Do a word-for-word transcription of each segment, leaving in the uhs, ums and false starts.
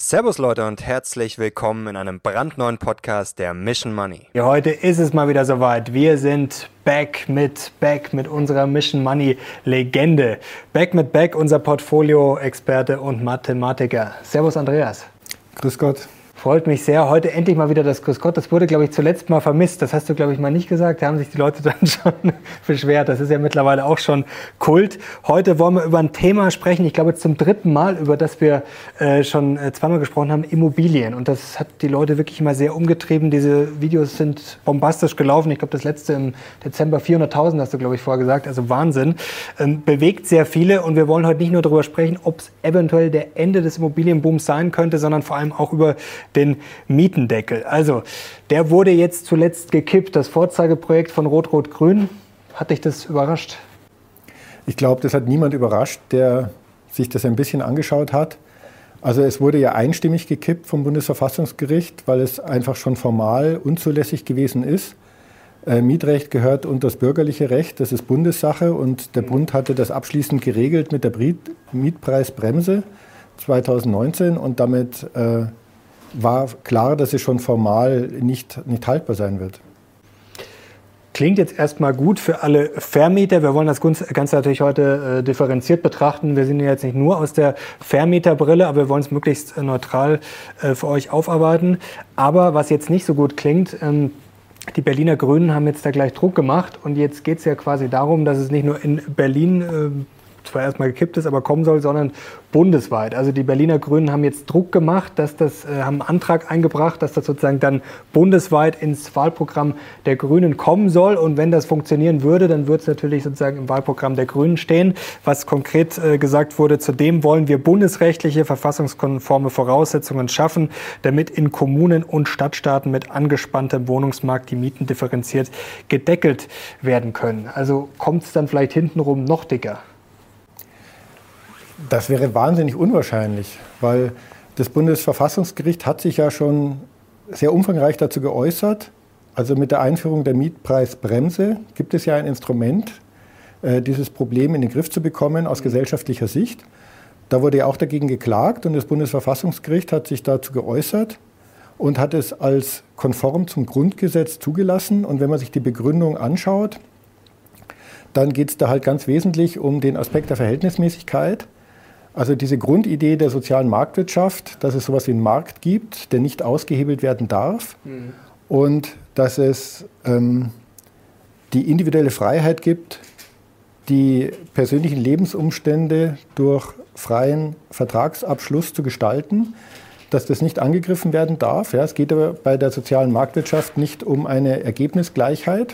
Servus Leute und herzlich willkommen in einem brandneuen Podcast der Mission Money. Ja, heute ist es mal wieder soweit. Wir sind back mit Back mit unserer Mission Money Legende. Back mit Back, unser Portfolio-Experte und Mathematiker. Servus Andreas. Grüß Gott. Freut mich sehr. Heute endlich mal wieder das Grüß Gott. Das wurde, glaube ich, zuletzt mal vermisst. Das hast du, glaube ich, mal nicht gesagt. Da haben sich die Leute dann schon beschwert. Das ist ja mittlerweile auch schon Kult. Heute wollen wir über ein Thema sprechen. Ich glaube, zum dritten Mal, über das wir äh, schon äh, zweimal gesprochen haben, Immobilien. Und das hat die Leute wirklich mal sehr umgetrieben. Diese Videos sind bombastisch gelaufen. Ich glaube, das letzte im Dezember vierhunderttausend, hast du, glaube ich, vorher gesagt. Also Wahnsinn. Ähm, bewegt sehr viele. Und wir wollen heute nicht nur darüber sprechen, ob es eventuell der Ende des Immobilienbooms sein könnte, sondern vor allem auch über den Mietendeckel. Also, der wurde jetzt zuletzt gekippt. Das Vorzeigeprojekt von Rot-Rot-Grün. Hat dich das überrascht? Ich glaube, das hat niemand überrascht, der sich das ein bisschen angeschaut hat. Also es wurde ja einstimmig gekippt vom Bundesverfassungsgericht, weil es einfach schon formal unzulässig gewesen ist. Äh, Mietrecht gehört unter das bürgerliche Recht, das ist Bundessache und der Bund hatte das abschließend geregelt mit der Mietpreisbremse zweitausendneunzehn und damit äh, war klar, dass es schon formal nicht, nicht haltbar sein wird. Klingt jetzt erstmal gut für alle Vermieter. Wir wollen das Ganze natürlich heute äh, differenziert betrachten. Wir sind ja jetzt nicht nur aus der Vermieterbrille, aber wir wollen es möglichst äh, neutral äh, für euch aufarbeiten. Aber was jetzt nicht so gut klingt, ähm, die Berliner Grünen haben jetzt da gleich Druck gemacht. Und jetzt geht es ja quasi darum, dass es nicht nur in Berlin äh, zwar erstmal gekippt ist, aber kommen soll, sondern bundesweit. Also die Berliner Grünen haben jetzt Druck gemacht, dass das, äh, haben einen Antrag eingebracht, dass das sozusagen dann bundesweit ins Wahlprogramm der Grünen kommen soll. Und wenn das funktionieren würde, dann würde es natürlich sozusagen im Wahlprogramm der Grünen stehen. Was konkret äh, gesagt wurde, zudem wollen wir bundesrechtliche, verfassungskonforme Voraussetzungen schaffen, damit in Kommunen und Stadtstaaten mit angespanntem Wohnungsmarkt die Mieten differenziert gedeckelt werden können. Also kommt es dann vielleicht hintenrum noch dicker? Das wäre wahnsinnig unwahrscheinlich, weil das Bundesverfassungsgericht hat sich ja schon sehr umfangreich dazu geäußert. Also mit der Einführung der Mietpreisbremse gibt es ja ein Instrument, äh, dieses Problem in den Griff zu bekommen aus gesellschaftlicher Sicht. Da wurde ja auch dagegen geklagt und das Bundesverfassungsgericht hat sich dazu geäußert und hat es als konform zum Grundgesetz zugelassen. Und wenn man sich die Begründung anschaut, dann geht es da halt ganz wesentlich um den Aspekt der Verhältnismäßigkeit. Also diese Grundidee der sozialen Marktwirtschaft, dass es sowas wie einen Markt gibt, der nicht ausgehebelt werden darf mhm. und dass es ähm, die individuelle Freiheit gibt, die persönlichen Lebensumstände durch freien Vertragsabschluss zu gestalten, dass das nicht angegriffen werden darf. Ja, es geht aber bei der sozialen Marktwirtschaft nicht um eine Ergebnisgleichheit.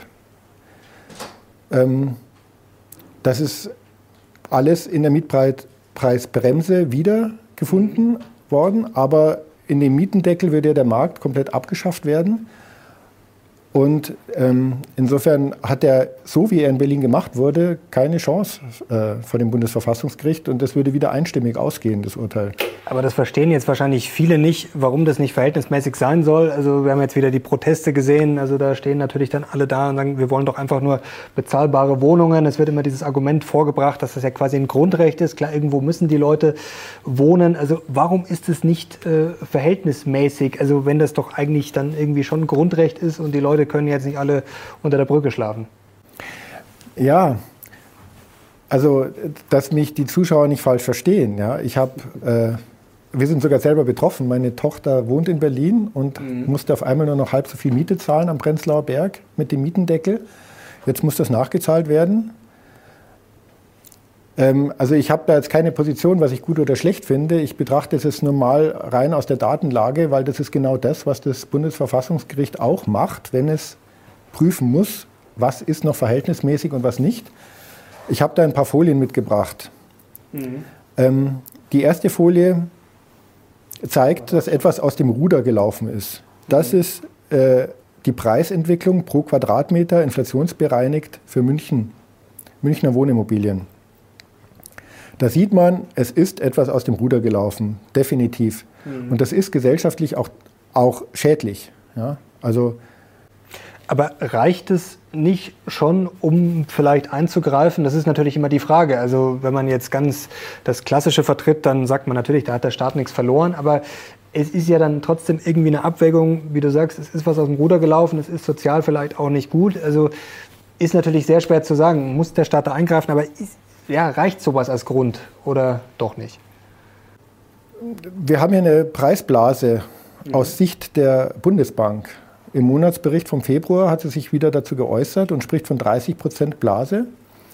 Ähm, das ist alles in der Mietpreisbremse Preisbremse wiedergefunden worden, aber in dem Mietendeckel würde ja der Markt komplett abgeschafft werden. Und ähm, insofern hat er, so wie er in Berlin gemacht wurde, keine Chance äh, vor dem Bundesverfassungsgericht und das würde wieder einstimmig ausgehen, das Urteil. Aber das verstehen jetzt wahrscheinlich viele nicht, warum das nicht verhältnismäßig sein soll. Also wir haben jetzt wieder die Proteste gesehen, also da stehen natürlich dann alle da und sagen, wir wollen doch einfach nur bezahlbare Wohnungen. Es wird immer dieses Argument vorgebracht, dass das ja quasi ein Grundrecht ist. Klar, irgendwo müssen die Leute wohnen. Also warum ist es nicht äh, verhältnismäßig? Also wenn das doch eigentlich dann irgendwie schon ein Grundrecht ist und die Leute können jetzt nicht alle unter der Brücke schlafen. Ja, also dass mich die Zuschauer nicht falsch verstehen. Ja, ich habe, äh, wir sind sogar selber betroffen. Meine Tochter wohnt in Berlin und mhm. musste auf einmal nur noch halb so viel Miete zahlen am Prenzlauer Berg mit dem Mietendeckel. Jetzt muss das nachgezahlt werden. Ähm, also ich habe da jetzt keine Position, was ich gut oder schlecht finde. Ich betrachte es jetzt nur mal rein aus der Datenlage, weil das ist genau das, was das Bundesverfassungsgericht auch macht, wenn es prüfen muss, was ist noch verhältnismäßig und was nicht. Ich habe da ein paar Folien mitgebracht. Mhm. Ähm, die erste Folie zeigt, dass etwas aus dem Ruder gelaufen ist. Das mhm. ist äh, die Preisentwicklung pro Quadratmeter inflationsbereinigt für München, Münchner Wohnimmobilien. Da sieht man, es ist etwas aus dem Ruder gelaufen, definitiv. Mhm. Und das ist gesellschaftlich auch, auch schädlich. Ja? Also Aber reicht es nicht schon, um vielleicht einzugreifen? Das ist natürlich immer die Frage. Also wenn man jetzt ganz das Klassische vertritt, dann sagt man natürlich, da hat der Staat nichts verloren. Aber es ist ja dann trotzdem irgendwie eine Abwägung, wie du sagst, es ist was aus dem Ruder gelaufen, es ist sozial vielleicht auch nicht gut. Also ist natürlich sehr schwer zu sagen, muss der Staat da eingreifen, aber ist, ja, reicht sowas als Grund oder doch nicht? Wir haben hier eine Preisblase mhm. aus Sicht der Bundesbank. Im Monatsbericht vom Februar hat sie sich wieder dazu geäußert und spricht von dreißig Prozent Blase.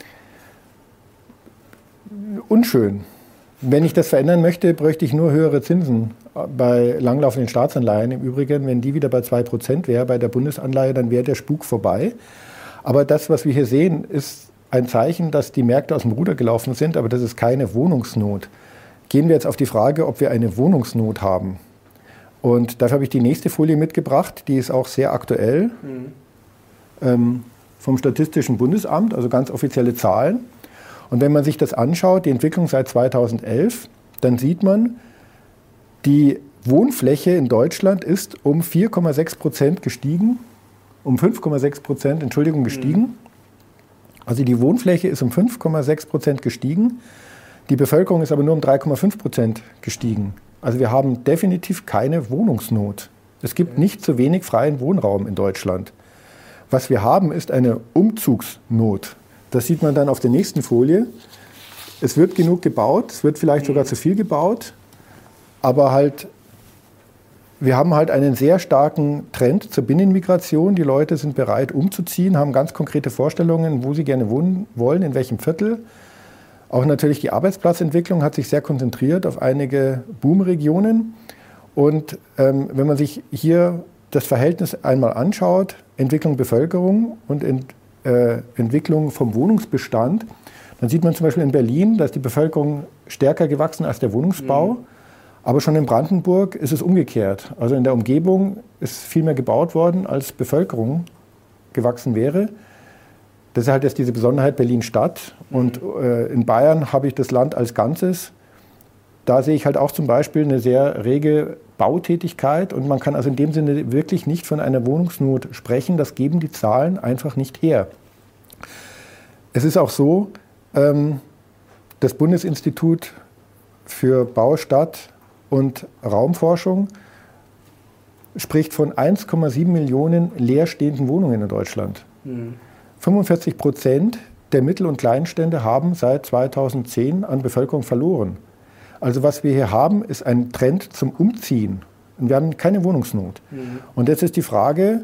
Unschön. Wenn ich das verändern möchte, bräuchte ich nur höhere Zinsen bei langlaufenden Staatsanleihen. Im Übrigen, wenn die wieder bei zwei Prozent wäre, bei der Bundesanleihe, dann wäre der Spuk vorbei. Aber das, was wir hier sehen, ist ein Zeichen, dass die Märkte aus dem Ruder gelaufen sind, aber das ist keine Wohnungsnot. Gehen wir jetzt auf die Frage, ob wir eine Wohnungsnot haben. Und dafür habe ich die nächste Folie mitgebracht, die ist auch sehr aktuell, mhm. ähm, vom Statistischen Bundesamt, also ganz offizielle Zahlen. Und wenn man sich das anschaut, die Entwicklung seit zweitausendelf, dann sieht man, die Wohnfläche in Deutschland ist um vier Komma sechs Prozent gestiegen, um fünf Komma sechs Prozent, Entschuldigung, gestiegen. Mhm. Also die Wohnfläche ist um fünf Komma sechs Prozent gestiegen, die Bevölkerung ist aber nur um drei Komma fünf Prozent gestiegen. Also wir haben definitiv keine Wohnungsnot. Es gibt nicht zu wenig freien Wohnraum in Deutschland. Was wir haben, ist eine Umzugsnot. Das sieht man dann auf der nächsten Folie. Es wird genug gebaut, es wird vielleicht sogar zu viel gebaut, aber halt, wir haben halt einen sehr starken Trend zur Binnenmigration. Die Leute sind bereit umzuziehen, haben ganz konkrete Vorstellungen, wo sie gerne wohnen wollen, in welchem Viertel. Auch natürlich die Arbeitsplatzentwicklung hat sich sehr konzentriert auf einige Boomregionen. Und ähm, wenn man sich hier das Verhältnis einmal anschaut, Entwicklung Bevölkerung und ent, äh, Entwicklung vom Wohnungsbestand, dann sieht man zum Beispiel in Berlin, dass die Bevölkerung stärker gewachsen als der Wohnungsbau. Mhm. Aber schon in Brandenburg ist es umgekehrt. Also in der Umgebung ist viel mehr gebaut worden, als Bevölkerung gewachsen wäre. Das ist halt jetzt diese Besonderheit Berlin-Stadt. Und äh, in Bayern habe ich das Land als Ganzes. Da sehe ich halt auch zum Beispiel eine sehr rege Bautätigkeit. Und man kann also in dem Sinne wirklich nicht von einer Wohnungsnot sprechen. Das geben die Zahlen einfach nicht her. Es ist auch so, ähm, das Bundesinstitut für Bau, Stadt und Raumforschung spricht von eins Komma sieben Millionen leerstehenden Wohnungen in Deutschland. Mhm. fünfundvierzig Prozent der Mittel- und Kleinstände haben seit zweitausendzehn an Bevölkerung verloren. Also was wir hier haben, ist ein Trend zum Umziehen. Und wir haben keine Wohnungsnot. Mhm. Und jetzt ist die Frage,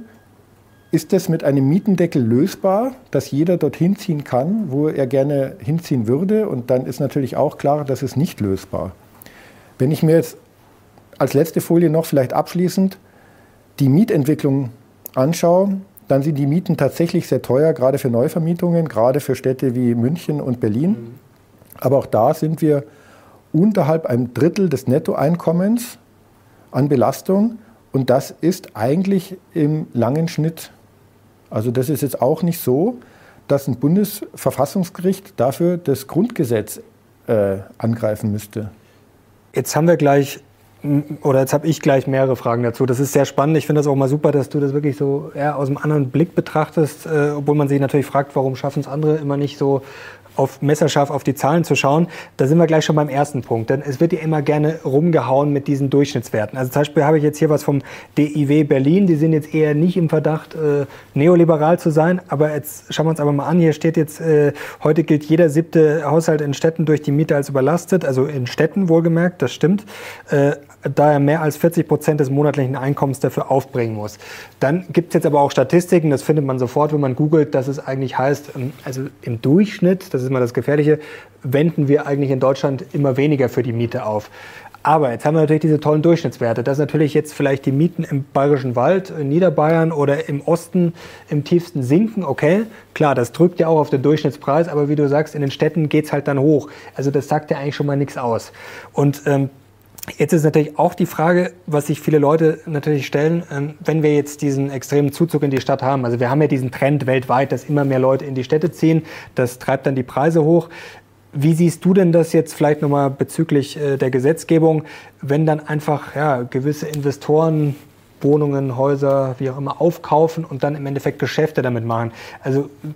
ist das mit einem Mietendeckel lösbar, dass jeder dorthin ziehen kann, wo er gerne hinziehen würde? Und dann ist natürlich auch klar, das ist nicht lösbar. Wenn ich mir jetzt als letzte Folie noch vielleicht abschließend die Mietentwicklung anschaue, dann sind die Mieten tatsächlich sehr teuer, gerade für Neuvermietungen, gerade für Städte wie München und Berlin. Mhm. Aber auch da sind wir unterhalb einem Drittel des Nettoeinkommens an Belastung. Und das ist eigentlich im langen Schnitt. Also das ist jetzt auch nicht so, dass ein Bundesverfassungsgericht dafür das Grundgesetz äh, angreifen müsste. Jetzt haben wir gleich, oder jetzt habe ich gleich mehrere Fragen dazu. Das ist sehr spannend. Ich finde das auch mal super, dass du das wirklich so ja, aus einem anderen Blick betrachtest, äh, obwohl man sich natürlich fragt, warum schaffen es andere immer nicht so auf messerscharf auf die Zahlen zu schauen. Da sind wir gleich schon beim ersten Punkt. Denn es wird ja immer gerne rumgehauen mit diesen Durchschnittswerten. Also zum Beispiel habe ich jetzt hier was vom D I W Berlin. Die sind jetzt eher nicht im Verdacht, äh, neoliberal zu sein. Aber jetzt schauen wir uns aber mal an. Hier steht jetzt, äh, heute gilt jeder siebte Haushalt in Städten durch die Miete als überlastet. Also in Städten wohlgemerkt, das stimmt. Äh, da er mehr als vierzig Prozent des monatlichen Einkommens dafür aufbringen muss. Dann gibt es jetzt aber auch Statistiken, das findet man sofort, wenn man googelt, dass es eigentlich heißt, also im Durchschnitt, das ist mal das Gefährliche, wenden wir eigentlich in Deutschland immer weniger für die Miete auf. Aber jetzt haben wir natürlich diese tollen Durchschnittswerte. Das natürlich jetzt vielleicht die Mieten im Bayerischen Wald, in Niederbayern oder im Osten im tiefsten sinken. Okay, klar, das drückt ja auch auf den Durchschnittspreis, aber wie du sagst, in den Städten geht es halt dann hoch. Also das sagt ja eigentlich schon mal nichts aus. Und ähm, jetzt ist natürlich auch die Frage, was sich viele Leute natürlich stellen, wenn wir jetzt diesen extremen Zuzug in die Stadt haben. Also wir haben ja diesen Trend weltweit, dass immer mehr Leute in die Städte ziehen. Das treibt dann die Preise hoch. Wie siehst du denn das jetzt vielleicht nochmal bezüglich der Gesetzgebung, wenn dann einfach ja, gewisse Investoren Wohnungen, Häuser, wie auch immer aufkaufen und dann im Endeffekt Geschäfte damit machen? Also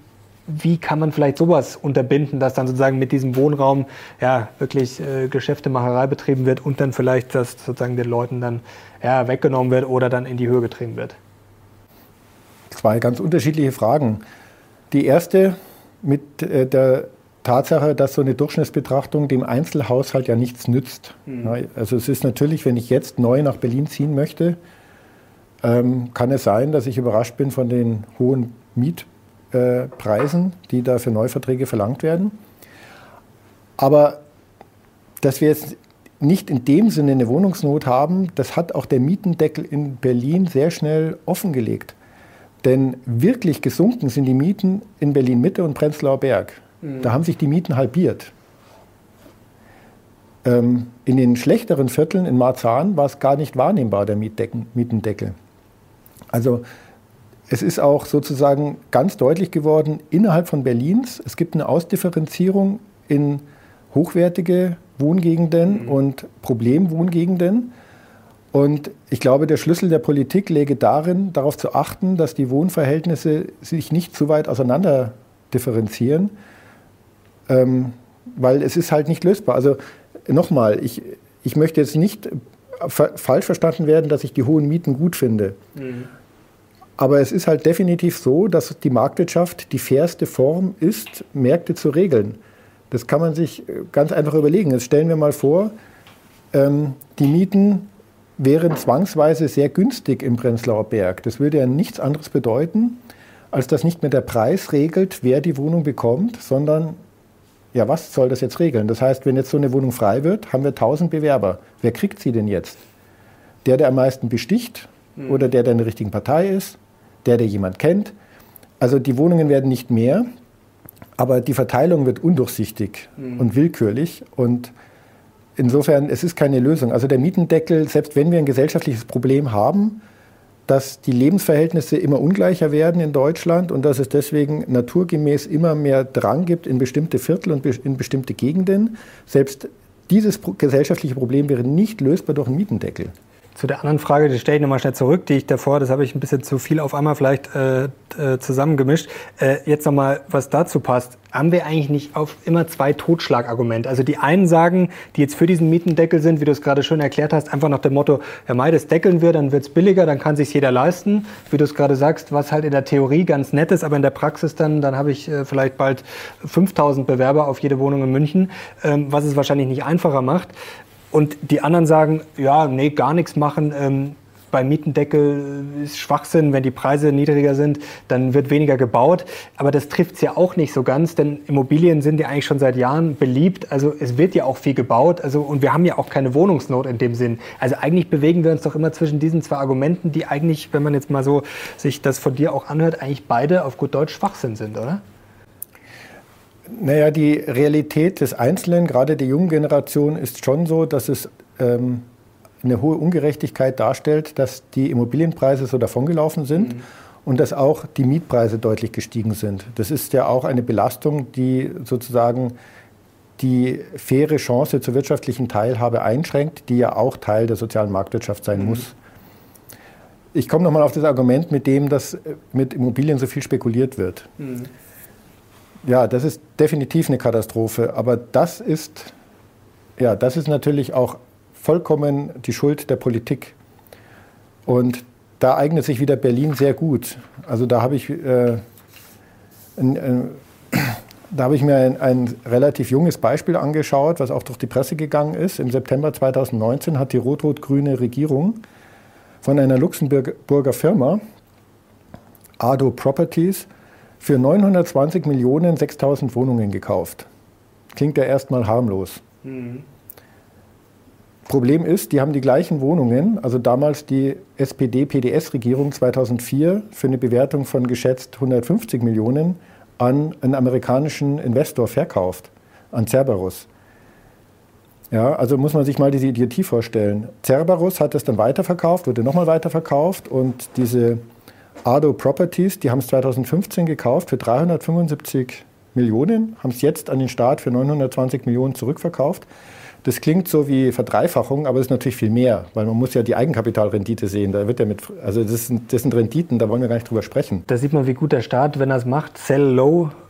wie kann man vielleicht sowas unterbinden, dass dann sozusagen mit diesem Wohnraum ja wirklich äh, Geschäftemacherei betrieben wird und dann vielleicht das sozusagen den Leuten dann ja, weggenommen wird oder dann in die Höhe getrieben wird? Zwei ganz unterschiedliche Fragen. Die erste mit äh, der Tatsache, dass so eine Durchschnittsbetrachtung dem Einzelhaushalt ja nichts nützt. Mhm. Ja, also es ist natürlich, wenn ich jetzt neu nach Berlin ziehen möchte, ähm, kann es sein, dass ich überrascht bin von den hohen Mietpreisen, äh, die da für Neuverträge verlangt werden. Aber dass wir jetzt nicht in dem Sinne eine Wohnungsnot haben, das hat auch der Mietendeckel in Berlin sehr schnell offengelegt. Denn wirklich gesunken sind die Mieten in Berlin-Mitte und Prenzlauer Berg. Mhm. Da haben sich die Mieten halbiert. Ähm, in den schlechteren Vierteln in Marzahn war es gar nicht wahrnehmbar, der Mietdecken, Mietendeckel. Also es ist auch sozusagen ganz deutlich geworden, innerhalb von Berlins, es gibt eine Ausdifferenzierung in hochwertige Wohngegenden mhm. und Problemwohngegenden. Und ich glaube, der Schlüssel der Politik läge darin, darauf zu achten, dass die Wohnverhältnisse sich nicht zu weit auseinander differenzieren, ähm, weil es ist halt nicht lösbar. Also nochmal, ich, ich möchte jetzt nicht fa- falsch verstanden werden, dass ich die hohen Mieten gut finde. Mhm. Aber es ist halt definitiv so, dass die Marktwirtschaft die fairste Form ist, Märkte zu regeln. Das kann man sich ganz einfach überlegen. Jetzt stellen wir mal vor, ähm, die Mieten wären zwangsweise sehr günstig im Prenzlauer Berg. Das würde ja nichts anderes bedeuten, als dass nicht mehr der Preis regelt, wer die Wohnung bekommt, sondern, ja, was soll das jetzt regeln? Das heißt, wenn jetzt so eine Wohnung frei wird, haben wir tausend Bewerber. Wer kriegt sie denn jetzt? Der, der am meisten besticht mhm. oder der, der in der richtigen Partei ist, der, der jemand kennt. Also die Wohnungen werden nicht mehr, aber die Verteilung wird undurchsichtig mhm. und willkürlich und insofern, es ist keine Lösung. Also der Mietendeckel, selbst wenn wir ein gesellschaftliches Problem haben, dass die Lebensverhältnisse immer ungleicher werden in Deutschland und dass es deswegen naturgemäß immer mehr Drang gibt in bestimmte Viertel und in bestimmte Gegenden, selbst dieses gesellschaftliche Problem wäre nicht lösbar durch einen Mietendeckel. Zu der anderen Frage, die stelle ich nochmal schnell zurück, die ich davor, das habe ich ein bisschen zu viel auf einmal vielleicht äh, äh, zusammengemischt. Äh, jetzt nochmal, was dazu passt. Haben wir eigentlich nicht auf immer zwei Totschlagargumente? Also die einen sagen, die jetzt für diesen Mietendeckel sind, wie du es gerade schon erklärt hast, einfach nach dem Motto, Herr May, das deckeln wir, dann wird es billiger, dann kann sich jeder leisten. Wie du es gerade sagst, was halt in der Theorie ganz nett ist, aber in der Praxis dann, dann habe ich äh, vielleicht bald fünftausend Bewerber auf jede Wohnung in München, ähm, was es wahrscheinlich nicht einfacher macht. Und die anderen sagen, ja, nee, gar nichts machen. Ähm, beim Mietendeckel ist Schwachsinn, wenn die Preise niedriger sind, dann wird weniger gebaut. Aber das trifft es ja auch nicht so ganz, denn Immobilien sind ja eigentlich schon seit Jahren beliebt. Also es wird ja auch viel gebaut. Also, und wir haben ja auch keine Wohnungsnot in dem Sinn. Also eigentlich bewegen wir uns doch immer zwischen diesen zwei Argumenten, die eigentlich, wenn man jetzt mal so sich das von dir auch anhört, eigentlich beide auf gut Deutsch Schwachsinn sind, oder? Naja, die Realität des Einzelnen, gerade der jungen Generation, ist schon so, dass es ähm, eine hohe Ungerechtigkeit darstellt, dass die Immobilienpreise so davongelaufen sind mhm. und dass auch die Mietpreise deutlich gestiegen sind. Das ist ja auch eine Belastung, die sozusagen die faire Chance zur wirtschaftlichen Teilhabe einschränkt, die ja auch Teil der sozialen Marktwirtschaft sein mhm. muss. Ich komme nochmal auf das Argument, mit dem, dass mit Immobilien so viel spekuliert wird. Mhm. Ja, das ist definitiv eine Katastrophe, aber das ist, ja, das ist natürlich auch vollkommen die Schuld der Politik. Und da eignet sich wieder Berlin sehr gut. Also da habe ich, äh, ein, äh, da habe ich mir ein, ein relativ junges Beispiel angeschaut, was auch durch die Presse gegangen ist. Im September zweitausendneunzehn hat die rot-rot-grüne Regierung von einer Luxemburger Firma, Ado Properties, für neunhundertzwanzig Millionen sechstausend Wohnungen gekauft. Klingt ja erstmal harmlos. Mhm. Problem ist, die haben die gleichen Wohnungen, also damals die S P D-P D S-Regierung zweitausendvier, für eine Bewertung von geschätzt hundertfünfzig Millionen an einen amerikanischen Investor verkauft, an Cerberus. Ja, also muss man sich mal diese Idiotie vorstellen. Cerberus hat es dann weiterverkauft, wurde nochmal weiterverkauft und diese Ado Properties, die haben es zweitausendfünfzehn gekauft für dreihundertfünfundsiebzig Millionen, haben es jetzt an den Staat für neunhundertzwanzig Millionen zurückverkauft. Das klingt so wie Verdreifachung, aber es ist natürlich viel mehr, weil man muss ja die Eigenkapitalrendite sehen. Da wird ja mit, also das sind, das sind Renditen, da wollen wir gar nicht drüber sprechen. Da sieht man, wie gut der Staat, wenn er es macht, sell low,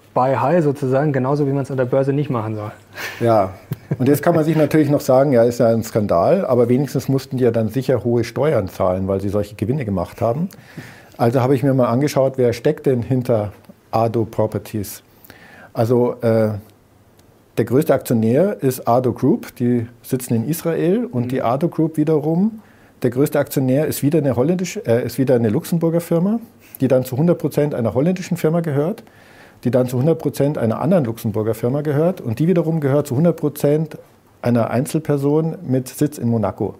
Buy High sozusagen, genauso wie man es an der Börse nicht machen soll. Ja, und jetzt kann man sich natürlich noch sagen, ja, ist ja ein Skandal, aber wenigstens mussten die ja dann sicher hohe Steuern zahlen, weil sie solche Gewinne gemacht haben. Also habe ich mir mal angeschaut, wer steckt denn hinter Ardo Properties? Also äh, der größte Aktionär ist Ardo Group, die sitzen in Israel, und mhm. die Ardo Group wiederum, der größte Aktionär ist wieder eine holländische, äh, ist wieder eine Luxemburger Firma, die dann zu hundert Prozent einer holländischen Firma gehört, die dann zu hundert Prozent einer anderen Luxemburger Firma gehört, und die wiederum gehört zu hundert Prozent einer Einzelperson mit Sitz in Monaco.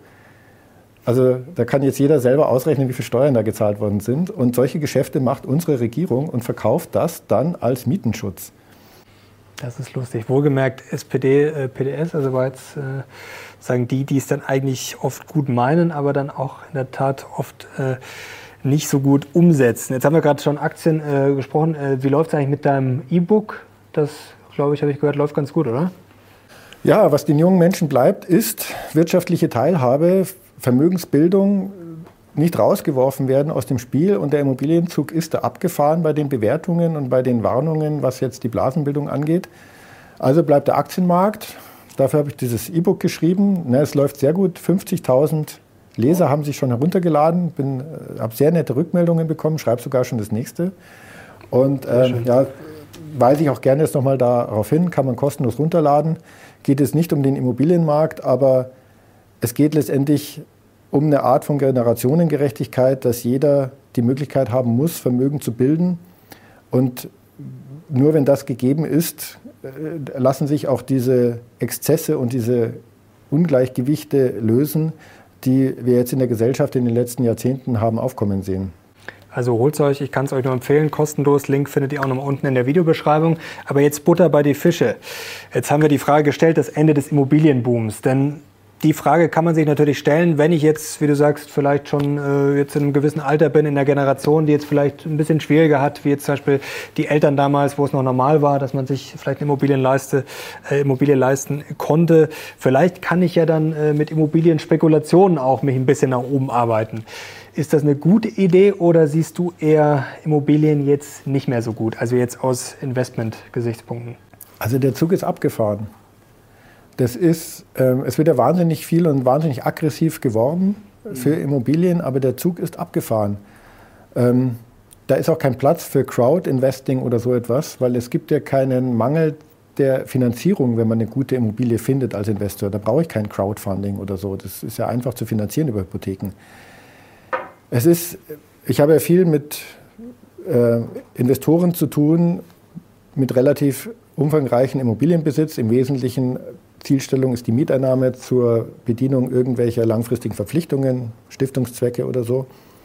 Also da kann jetzt jeder selber ausrechnen, wie viel Steuern da gezahlt worden sind. Und solche Geschäfte macht unsere Regierung und verkauft das dann als Mietenschutz. Das ist lustig. Wohlgemerkt, S P D, äh, P D S, also war jetzt äh, sagen die, die es dann eigentlich oft gut meinen, aber dann auch in der Tat oft äh, nicht so gut umsetzen. Jetzt haben wir gerade schon Aktien äh, gesprochen. Äh, wie läuft es eigentlich mit deinem E-Book? Das, glaube ich, habe ich gehört, läuft ganz gut, oder? Ja, was den jungen Menschen bleibt, ist wirtschaftliche Teilhabe, Vermögensbildung, nicht rausgeworfen werden aus dem Spiel, und der Immobilienzug ist da abgefahren bei den Bewertungen und bei den Warnungen, was jetzt die Blasenbildung angeht. Also bleibt der Aktienmarkt. Dafür habe ich dieses E-Book geschrieben. Na, es läuft sehr gut. fünfzigtausend Leser haben sich schon heruntergeladen. Bin, habe sehr nette Rückmeldungen bekommen, schreibe sogar schon das nächste. Und ähm, ja, weise ich auch gerne jetzt nochmal darauf hin, kann man kostenlos runterladen. Geht es nicht um den Immobilienmarkt, aber es geht letztendlich um eine Art von Generationengerechtigkeit, dass jeder die Möglichkeit haben muss, Vermögen zu bilden. Und nur wenn das gegeben ist, lassen sich auch diese Exzesse und diese Ungleichgewichte lösen, die wir jetzt in der Gesellschaft in den letzten Jahrzehnten haben aufkommen sehen. Also holt es euch, ich kann es euch nur empfehlen, kostenlos. Link findet ihr auch noch mal unten in der Videobeschreibung. Aber jetzt Butter bei die Fische. Jetzt haben wir die Frage gestellt, das Ende des Immobilienbooms. Denn die Frage kann man sich natürlich stellen, wenn ich jetzt, wie du sagst, vielleicht schon äh, jetzt in einem gewissen Alter bin, in der Generation, die jetzt vielleicht ein bisschen schwieriger hat, wie jetzt zum Beispiel die Eltern damals, wo es noch normal war, dass man sich vielleicht eine Immobilien leiste, äh, Immobilie leisten konnte. Vielleicht kann ich ja dann äh, mit Immobilienspekulationen auch mich ein bisschen nach oben arbeiten. Ist das eine gute Idee oder siehst du eher Immobilien jetzt nicht mehr so gut, also jetzt aus Investment-Gesichtspunkten? Also der Zug ist abgefahren. Das ist, ähm, es wird ja wahnsinnig viel und wahnsinnig aggressiv geworden für Immobilien, aber der Zug ist abgefahren. Ähm, da ist auch kein Platz für Crowd-Investing oder so etwas, weil es gibt ja keinen Mangel der Finanzierung, wenn man eine gute Immobilie findet als Investor. Da brauche ich kein Crowdfunding oder so. Das ist ja einfach zu finanzieren über Hypotheken. Es ist, ich habe ja viel mit äh, Investoren zu tun, mit relativ umfangreichen Immobilienbesitz. Im Wesentlichen Zielstellung ist die Mieteinnahme zur Bedienung irgendwelcher langfristigen Verpflichtungen, Stiftungszwecke oder so.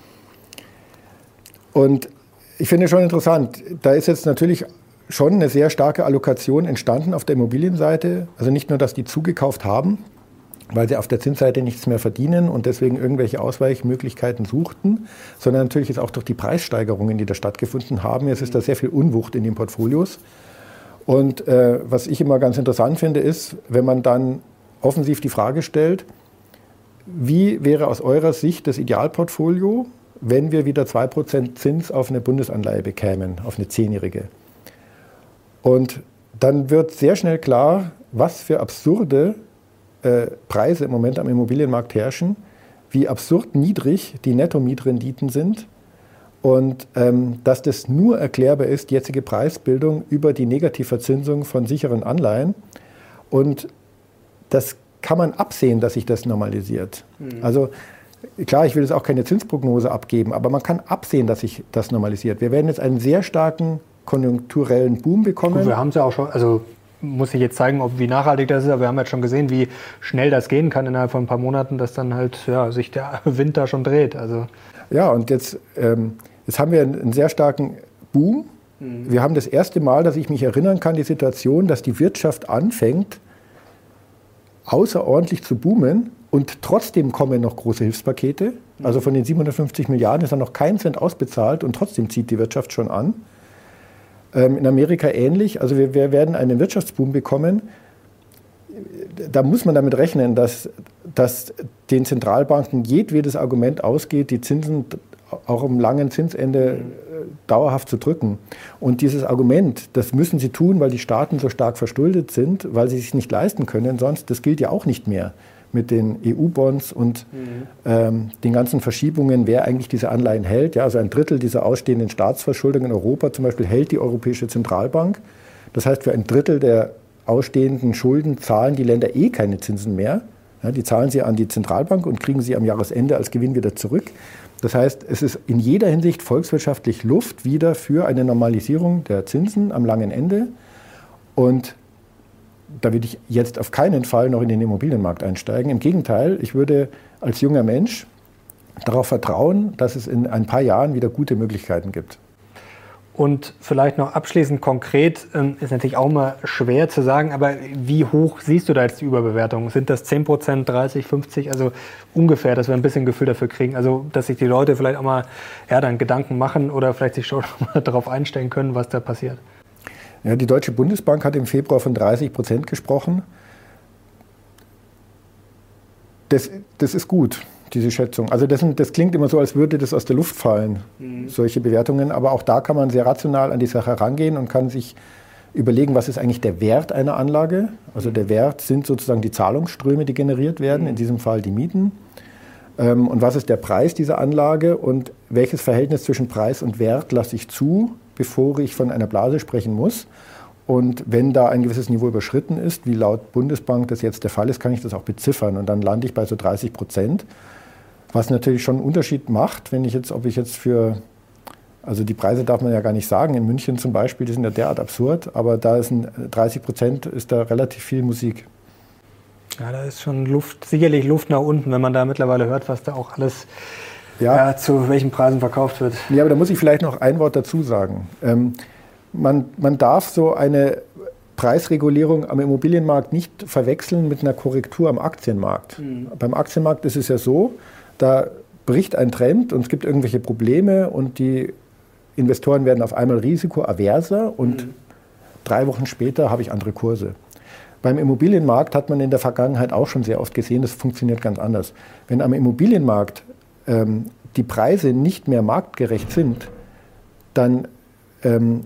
Und ich finde schon interessant, da ist jetzt natürlich schon eine sehr starke Allokation entstanden auf der Immobilienseite. Also nicht nur, dass die zugekauft haben, weil sie auf der Zinsseite nichts mehr verdienen und deswegen irgendwelche Ausweichmöglichkeiten suchten, sondern natürlich ist auch durch die Preissteigerungen, die da stattgefunden haben, jetzt ist da sehr viel Unwucht in den Portfolios. Und äh, was ich immer ganz interessant finde, ist, wenn man dann offensiv die Frage stellt, wie wäre aus eurer Sicht das Idealportfolio, wenn wir wieder zwei Prozent Zins auf eine Bundesanleihe bekämen, auf eine zehnjährige? Und dann wird sehr schnell klar, was für absurde äh, Preise im Moment am Immobilienmarkt herrschen, wie absurd niedrig die Netto-Mietrenditen sind. Und ähm, dass das nur erklärbar ist, die jetzige Preisbildung über die Negativverzinsung von sicheren Anleihen. Und das kann man absehen, dass sich das normalisiert. Mhm. Also klar, ich will jetzt auch keine Zinsprognose abgeben, aber man kann absehen, dass sich das normalisiert. Wir werden jetzt einen sehr starken konjunkturellen Boom bekommen. Gut, wir haben es ja auch schon, also muss ich jetzt zeigen, ob, wie nachhaltig das ist, aber wir haben jetzt schon gesehen, wie schnell das gehen kann innerhalb von ein paar Monaten, dass dann halt ja, sich der Wind da schon dreht. Also. Ja, und jetzt... Ähm, Jetzt haben wir einen sehr starken Boom. Mhm. Wir haben das erste Mal, dass ich mich erinnern kann, die Situation, dass die Wirtschaft anfängt, außerordentlich zu boomen und trotzdem kommen noch große Hilfspakete. Mhm. Also von den siebenhundertfünfzig Milliarden ist dann noch kein Cent ausbezahlt und trotzdem zieht die Wirtschaft schon an. Ähm, in Amerika ähnlich. Also wir, wir werden einen Wirtschaftsboom bekommen. Da muss man damit rechnen, dass, dass den Zentralbanken jedwedes Argument ausgeht, die Zinsen auch am langen Zinsende äh, dauerhaft zu drücken. Und dieses Argument, das müssen sie tun, weil die Staaten so stark verschuldet sind, weil sie es sich nicht leisten können, sonst, das gilt ja auch nicht mehr mit den E U-Bonds und mhm. ähm, den ganzen Verschiebungen, wer eigentlich diese Anleihen hält. Ja, also ein Drittel dieser ausstehenden Staatsverschuldung in Europa zum Beispiel hält die Europäische Zentralbank. Das heißt, für ein Drittel der ausstehenden Schulden zahlen die Länder eh keine Zinsen mehr. Ja, die zahlen sie an die Zentralbank und kriegen sie am Jahresende als Gewinn wieder zurück. Das heißt, es ist in jeder Hinsicht volkswirtschaftlich Luft wieder für eine Normalisierung der Zinsen am langen Ende. Und da würde ich jetzt auf keinen Fall noch in den Immobilienmarkt einsteigen. Im Gegenteil, ich würde als junger Mensch darauf vertrauen, dass es in ein paar Jahren wieder gute Möglichkeiten gibt. Und vielleicht noch abschließend konkret, ist natürlich auch mal schwer zu sagen, aber wie hoch siehst du da jetzt die Überbewertung? Sind das zehn Prozent, dreißig, fünfzig? Also ungefähr, dass wir ein bisschen Gefühl dafür kriegen. Also dass sich die Leute vielleicht auch mal ja, dann Gedanken machen oder vielleicht sich schon mal darauf einstellen können, was da passiert. Ja, die Deutsche Bundesbank hat im Februar von dreißig Prozent gesprochen. Das, das ist gut, diese Schätzung. Also das, das klingt immer so, als würde das aus der Luft fallen, mhm. solche Bewertungen. Aber auch da kann man sehr rational an die Sache herangehen und kann sich überlegen, was ist eigentlich der Wert einer Anlage. Also der Wert sind sozusagen die Zahlungsströme, die generiert werden, mhm. in diesem Fall die Mieten. Ähm, und was ist der Preis dieser Anlage und welches Verhältnis zwischen Preis und Wert lasse ich zu, bevor ich von einer Blase sprechen muss. Und wenn da ein gewisses Niveau überschritten ist, wie laut Bundesbank das jetzt der Fall ist, kann ich das auch beziffern. Und dann lande ich bei so dreißig Prozent, was natürlich schon einen Unterschied macht, wenn ich jetzt, ob ich jetzt für, also die Preise darf man ja gar nicht sagen, in München zum Beispiel, die sind ja derart absurd, aber da ist ein dreißig Prozent, ist da relativ viel Musik. Ja, da ist schon Luft, sicherlich Luft nach unten, wenn man da mittlerweile hört, was da auch alles Ja. Ja, zu welchen Preisen verkauft wird. Ja, aber da muss ich vielleicht noch ein Wort dazu sagen. Ähm, man, man darf so eine Preisregulierung am Immobilienmarkt nicht verwechseln mit einer Korrektur am Aktienmarkt. Mhm. Beim Aktienmarkt ist es ja so, da bricht ein Trend und es gibt irgendwelche Probleme und die Investoren werden auf einmal risikoaverser und mhm. drei Wochen später habe ich andere Kurse. Beim Immobilienmarkt hat man in der Vergangenheit auch schon sehr oft gesehen, das funktioniert ganz anders. Wenn am Immobilienmarkt ähm, die Preise nicht mehr marktgerecht sind, dann ähm,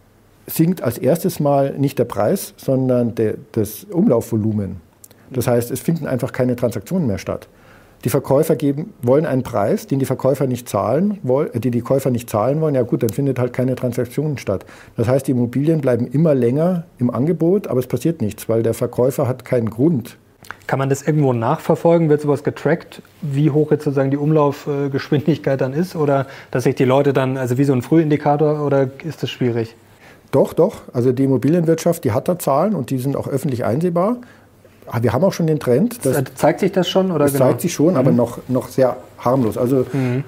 sinkt als erstes Mal nicht der Preis, sondern der, das Umlaufvolumen. Das heißt, es finden einfach keine Transaktionen mehr statt. Die Verkäufer geben, wollen einen Preis, den die Verkäufer nicht zahlen, woll, die die Käufer nicht zahlen wollen. Ja gut, dann findet halt keine Transaktion statt. Das heißt, die Immobilien bleiben immer länger im Angebot, aber es passiert nichts, weil der Verkäufer hat keinen Grund. Kann man das irgendwo nachverfolgen? Wird sowas getrackt, wie hoch jetzt sozusagen die Umlaufgeschwindigkeit dann ist? Oder dass sich die Leute dann, also wie so ein Frühindikator, oder ist das schwierig? Doch, doch. Also die Immobilienwirtschaft, die hat da Zahlen und die sind auch öffentlich einsehbar. Wir haben auch schon den Trend. Dass zeigt sich das schon? Oder das genau? zeigt sich schon, mhm. aber noch, noch sehr harmlos. Also mhm.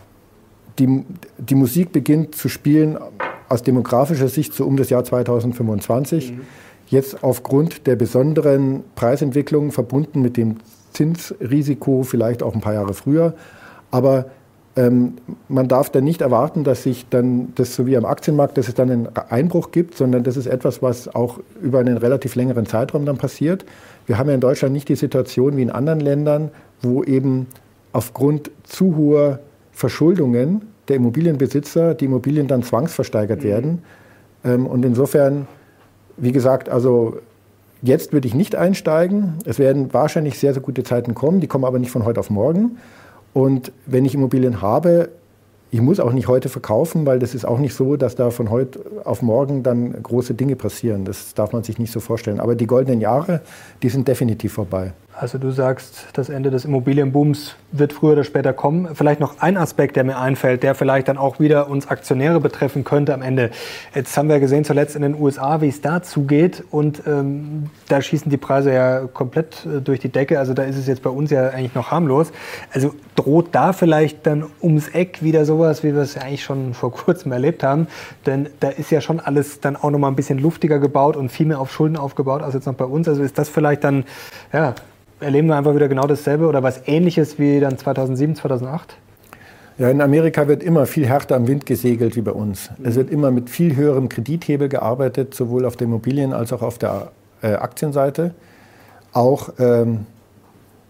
die, die Musik beginnt zu spielen aus demografischer Sicht so um das Jahr zweitausendfünfundzwanzig. Mhm. Jetzt aufgrund der besonderen Preisentwicklung verbunden mit dem Zinsrisiko vielleicht auch ein paar Jahre früher. Aber ähm, man darf dann nicht erwarten, dass sich dann das so wie am Aktienmarkt, dass es dann einen Einbruch gibt, sondern das ist etwas, was auch über einen relativ längeren Zeitraum dann passiert. Wir haben ja in Deutschland nicht die Situation wie in anderen Ländern, wo eben aufgrund zu hoher Verschuldungen der Immobilienbesitzer die Immobilien dann zwangsversteigert mhm. werden. Ähm, und insofern, wie gesagt, also jetzt würde ich nicht einsteigen. Es werden wahrscheinlich sehr, sehr gute Zeiten kommen, die kommen aber nicht von heute auf morgen. Und wenn ich Immobilien habe, ich muss auch nicht heute verkaufen, weil das ist auch nicht so, dass da von heute auf morgen dann große Dinge passieren. Das darf man sich nicht so vorstellen. Aber die goldenen Jahre, die sind definitiv vorbei. Also du sagst, das Ende des Immobilienbooms wird früher oder später kommen. Vielleicht noch ein Aspekt, der mir einfällt, der vielleicht dann auch wieder uns Aktionäre betreffen könnte am Ende. Jetzt haben wir gesehen zuletzt in den U S A, wie es da zugeht. Und ähm, da schießen die Preise ja komplett äh, durch die Decke. Also da ist es jetzt bei uns ja eigentlich noch harmlos. Also droht da vielleicht dann ums Eck wieder sowas, wie wir es ja eigentlich schon vor kurzem erlebt haben. Denn da ist ja schon alles dann auch noch mal ein bisschen luftiger gebaut und viel mehr auf Schulden aufgebaut als jetzt noch bei uns. Also ist das vielleicht dann, ja, erleben wir einfach wieder genau dasselbe oder was Ähnliches wie dann zweitausendsieben, zweitausendacht? Ja, in Amerika wird immer viel härter am Wind gesegelt wie bei uns. Mhm. Es wird immer mit viel höherem Kredithebel gearbeitet, sowohl auf der Immobilien- als auch auf der äh, Aktienseite. Auch ähm,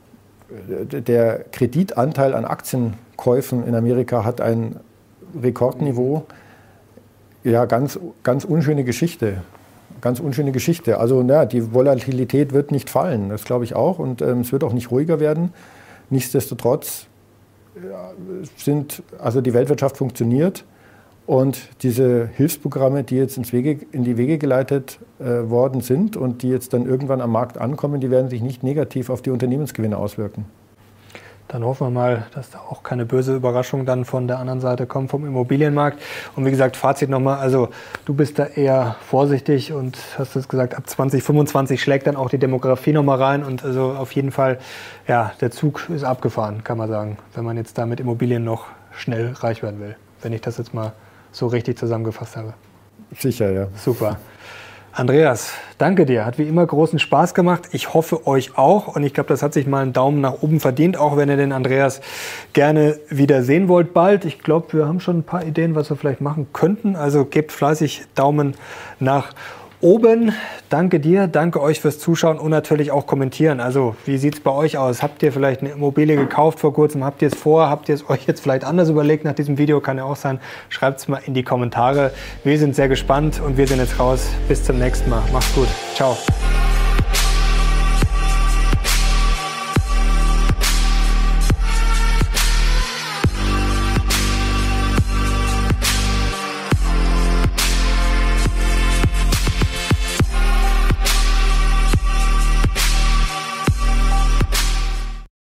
der Kreditanteil an Aktienkäufen in Amerika hat ein Rekordniveau. Ja, ganz, ganz unschöne Geschichte. Ganz unschöne Geschichte. Also na, die Volatilität wird nicht fallen, das glaube ich auch. Und ähm, es wird auch nicht ruhiger werden. Nichtsdestotrotz ja, sind, also die Weltwirtschaft funktioniert. Und diese Hilfsprogramme, die jetzt ins Wege, in die Wege geleitet äh, worden sind und die jetzt dann irgendwann am Markt ankommen, die werden sich nicht negativ auf die Unternehmensgewinne auswirken. Dann hoffen wir mal, dass da auch keine böse Überraschung dann von der anderen Seite kommt, vom Immobilienmarkt. Und wie gesagt, Fazit nochmal, also du bist da eher vorsichtig und hast es gesagt, ab zwanzig fünfundzwanzig schlägt dann auch die Demografie nochmal rein. Und also auf jeden Fall, ja, der Zug ist abgefahren, kann man sagen, wenn man jetzt da mit Immobilien noch schnell reich werden will. Wenn ich das jetzt mal so richtig zusammengefasst habe. Sicher, ja. Super. Andreas, danke dir. Hat wie immer großen Spaß gemacht. Ich hoffe, euch auch. Und ich glaube, das hat sich mal einen Daumen nach oben verdient, auch wenn ihr den Andreas gerne wieder sehen wollt bald. Ich glaube, wir haben schon ein paar Ideen, was wir vielleicht machen könnten. Also gebt fleißig Daumen nach oben. Danke dir, danke euch fürs Zuschauen und natürlich auch kommentieren. Also wie sieht es bei euch aus? Habt ihr vielleicht eine Immobilie gekauft vor kurzem? Habt ihr es vor? Habt ihr es euch jetzt vielleicht anders überlegt nach diesem Video? Kann ja auch sein. Schreibt es mal in die Kommentare. Wir sind sehr gespannt und wir sind jetzt raus. Bis zum nächsten Mal. Macht's gut. Ciao.